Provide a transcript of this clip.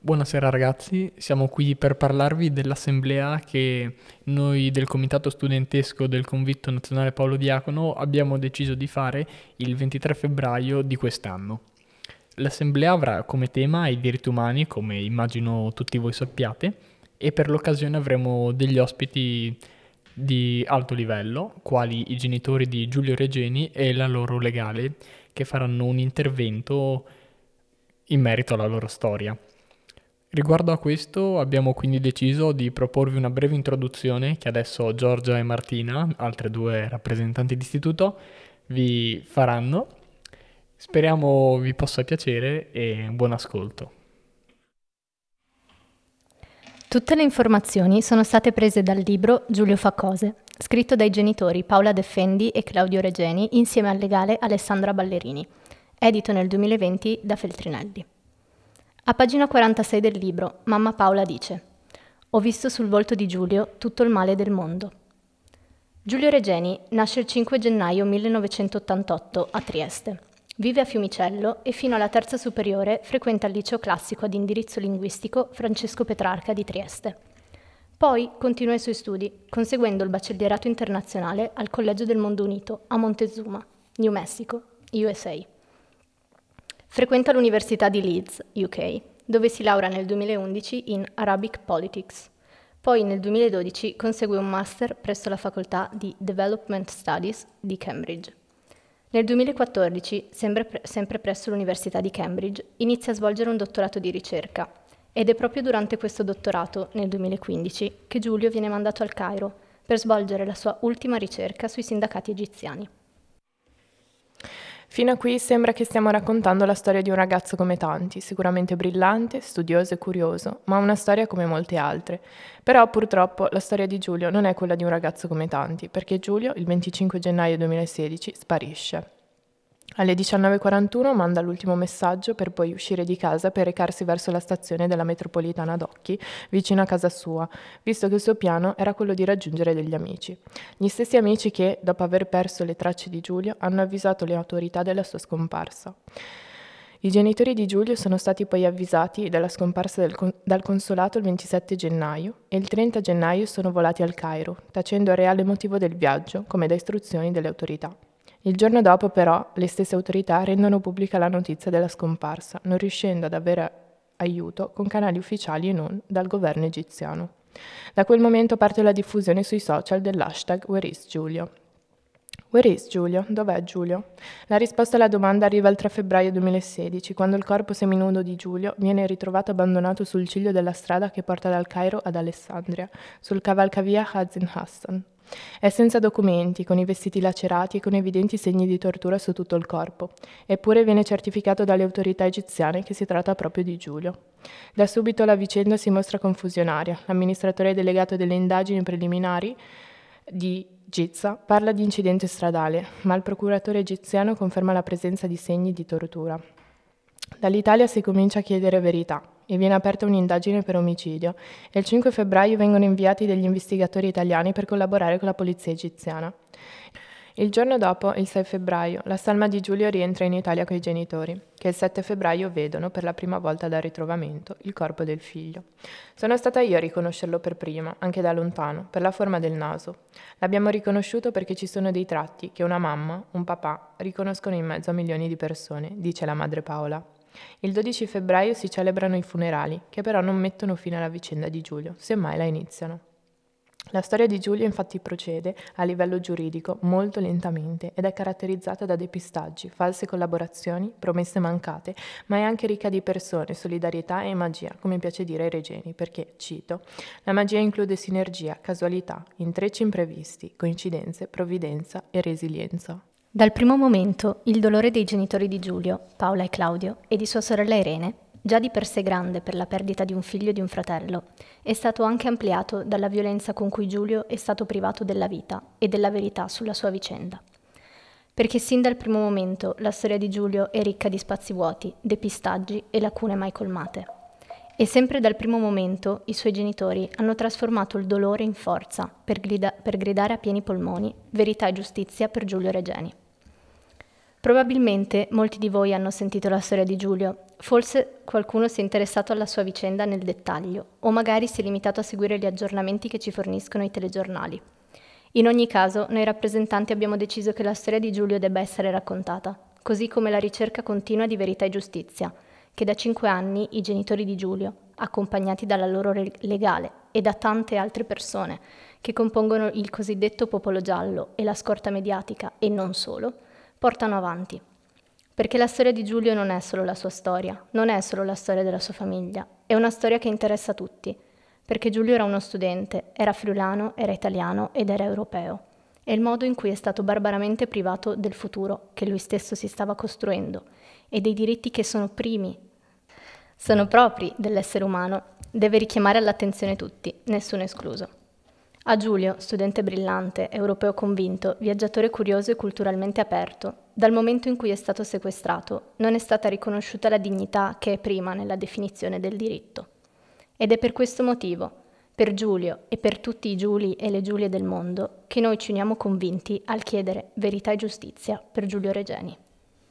Buonasera ragazzi, siamo qui per parlarvi dell'assemblea che noi del Comitato Studentesco del Convitto Nazionale Paolo Diacono abbiamo deciso di fare il 23 febbraio di quest'anno. L'assemblea avrà come tema i diritti umani, come immagino tutti voi sappiate, e per l'occasione avremo degli ospiti di alto livello, quali i genitori di Giulio Regeni e la loro legale, che faranno un intervento in merito alla loro storia. Riguardo a questo abbiamo quindi deciso di proporvi una breve introduzione che adesso Giorgia e Martina, altre due rappresentanti d'istituto, vi faranno. Speriamo vi possa piacere e buon ascolto. Tutte le informazioni sono state prese dal libro Giulio fa cose, scritto dai genitori Paola Defendi e Claudio Regeni insieme al legale Alessandra Ballerini, edito nel 2020 da Feltrinelli. A pagina 46 del libro, mamma Paola dice: «Ho visto sul volto di Giulio tutto il male del mondo». Giulio Regeni nasce il 5 gennaio 1988 a Trieste. Vive a Fiumicello e fino alla terza superiore frequenta il liceo classico ad indirizzo linguistico Francesco Petrarca di Trieste. Poi continua i suoi studi, conseguendo il baccellierato internazionale al Collegio del Mondo Unito a Montezuma, New Mexico, USA. Frequenta l'Università di Leeds, UK, dove si laurea nel 2011 in Arabic Politics. Poi nel 2012 consegue un master presso la facoltà di Development Studies di Cambridge. Nel 2014, sempre presso l'Università di Cambridge, inizia a svolgere un dottorato di ricerca ed è proprio durante questo dottorato, nel 2015, che Giulio viene mandato al Cairo per svolgere la sua ultima ricerca sui sindacati egiziani. Fino a qui sembra che stiamo raccontando la storia di un ragazzo come tanti, sicuramente brillante, studioso e curioso, ma una storia come molte altre. Però purtroppo la storia di Giulio non è quella di un ragazzo come tanti, perché Giulio il 25 gennaio 2016 sparisce. Alle 19:41 manda l'ultimo messaggio per poi uscire di casa per recarsi verso la stazione della metropolitana d'Occhi, vicino a casa sua, visto che il suo piano era quello di raggiungere degli amici. Gli stessi amici che, dopo aver perso le tracce di Giulio, hanno avvisato le autorità della sua scomparsa. I genitori di Giulio sono stati poi avvisati della scomparsa dal consolato il 27 gennaio e il 30 gennaio sono volati al Cairo, tacendo il reale motivo del viaggio, come da istruzioni delle autorità. Il giorno dopo, però, le stesse autorità rendono pubblica la notizia della scomparsa, non riuscendo ad avere aiuto con canali ufficiali e non dal governo egiziano. Da quel momento parte la diffusione sui social dell'hashtag #WhereIsGiulio. Where is Giulio? Dov'è Giulio? La risposta alla domanda arriva il 3 febbraio 2016, quando il corpo seminudo di Giulio viene ritrovato abbandonato sul ciglio della strada che porta dal Cairo ad Alessandria, sul cavalcavia Hazin Hassan. È senza documenti, con i vestiti lacerati e con evidenti segni di tortura su tutto il corpo, eppure viene certificato dalle autorità egiziane che si tratta proprio di Giulio. Da subito la vicenda si mostra confusionaria. L'amministratore delegato delle indagini preliminari di Giza parla di incidente stradale, ma il procuratore egiziano conferma la presenza di segni di tortura. Dall'Italia si comincia a chiedere verità e viene aperta un'indagine per omicidio e il 5 febbraio vengono inviati degli investigatori italiani per collaborare con la polizia egiziana. Il giorno dopo, il 6 febbraio, la salma di Giulio rientra in Italia coi genitori, che il 7 febbraio vedono, per la prima volta dal ritrovamento, il corpo del figlio. Sono stata io a riconoscerlo per prima, anche da lontano, per la forma del naso. L'abbiamo riconosciuto perché ci sono dei tratti che una mamma, un papà, riconoscono in mezzo a milioni di persone, dice la madre Paola. Il 12 febbraio si celebrano i funerali, che però non mettono fine alla vicenda di Giulio, semmai la iniziano. La storia di Giulio infatti procede, a livello giuridico, molto lentamente ed è caratterizzata da depistaggi, false collaborazioni, promesse mancate, ma è anche ricca di persone, solidarietà e magia, come piace dire ai Regeni, perché, cito, la magia include sinergia, casualità, intrecci imprevisti, coincidenze, provvidenza e resilienza. Dal primo momento, il dolore dei genitori di Giulio, Paola e Claudio, e di sua sorella Irene, già di per sé grande per la perdita di un figlio e di un fratello, è stato anche ampliato dalla violenza con cui Giulio è stato privato della vita e della verità sulla sua vicenda. Perché sin dal primo momento la storia di Giulio è ricca di spazi vuoti, depistaggi e lacune mai colmate. E sempre dal primo momento i suoi genitori hanno trasformato il dolore in forza per gridare a pieni polmoni verità e giustizia per Giulio Regeni. Probabilmente molti di voi hanno sentito la storia di Giulio, forse qualcuno si è interessato alla sua vicenda nel dettaglio, o magari si è limitato a seguire gli aggiornamenti che ci forniscono i telegiornali. In ogni caso, noi rappresentanti abbiamo deciso che la storia di Giulio debba essere raccontata, così come la ricerca continua di verità e giustizia, che da 5 anni i genitori di Giulio, accompagnati dalla loro legale e da tante altre persone che compongono il cosiddetto popolo giallo e la scorta mediatica, e non solo, portano avanti. Perché la storia di Giulio non è solo la sua storia, non è solo la storia della sua famiglia, è una storia che interessa tutti. Perché Giulio era uno studente, era friulano, era italiano ed era europeo. È il modo in cui è stato barbaramente privato del futuro che lui stesso si stava costruendo e dei diritti che sono propri dell'essere umano, deve richiamare all'attenzione tutti, nessuno escluso. A Giulio, studente brillante, europeo convinto, viaggiatore curioso e culturalmente aperto, dal momento in cui è stato sequestrato, non è stata riconosciuta la dignità che è prima nella definizione del diritto. Ed è per questo motivo, per Giulio e per tutti i Giuli e le Giulie del mondo, che noi ci uniamo convinti al chiedere verità e giustizia per Giulio Regeni.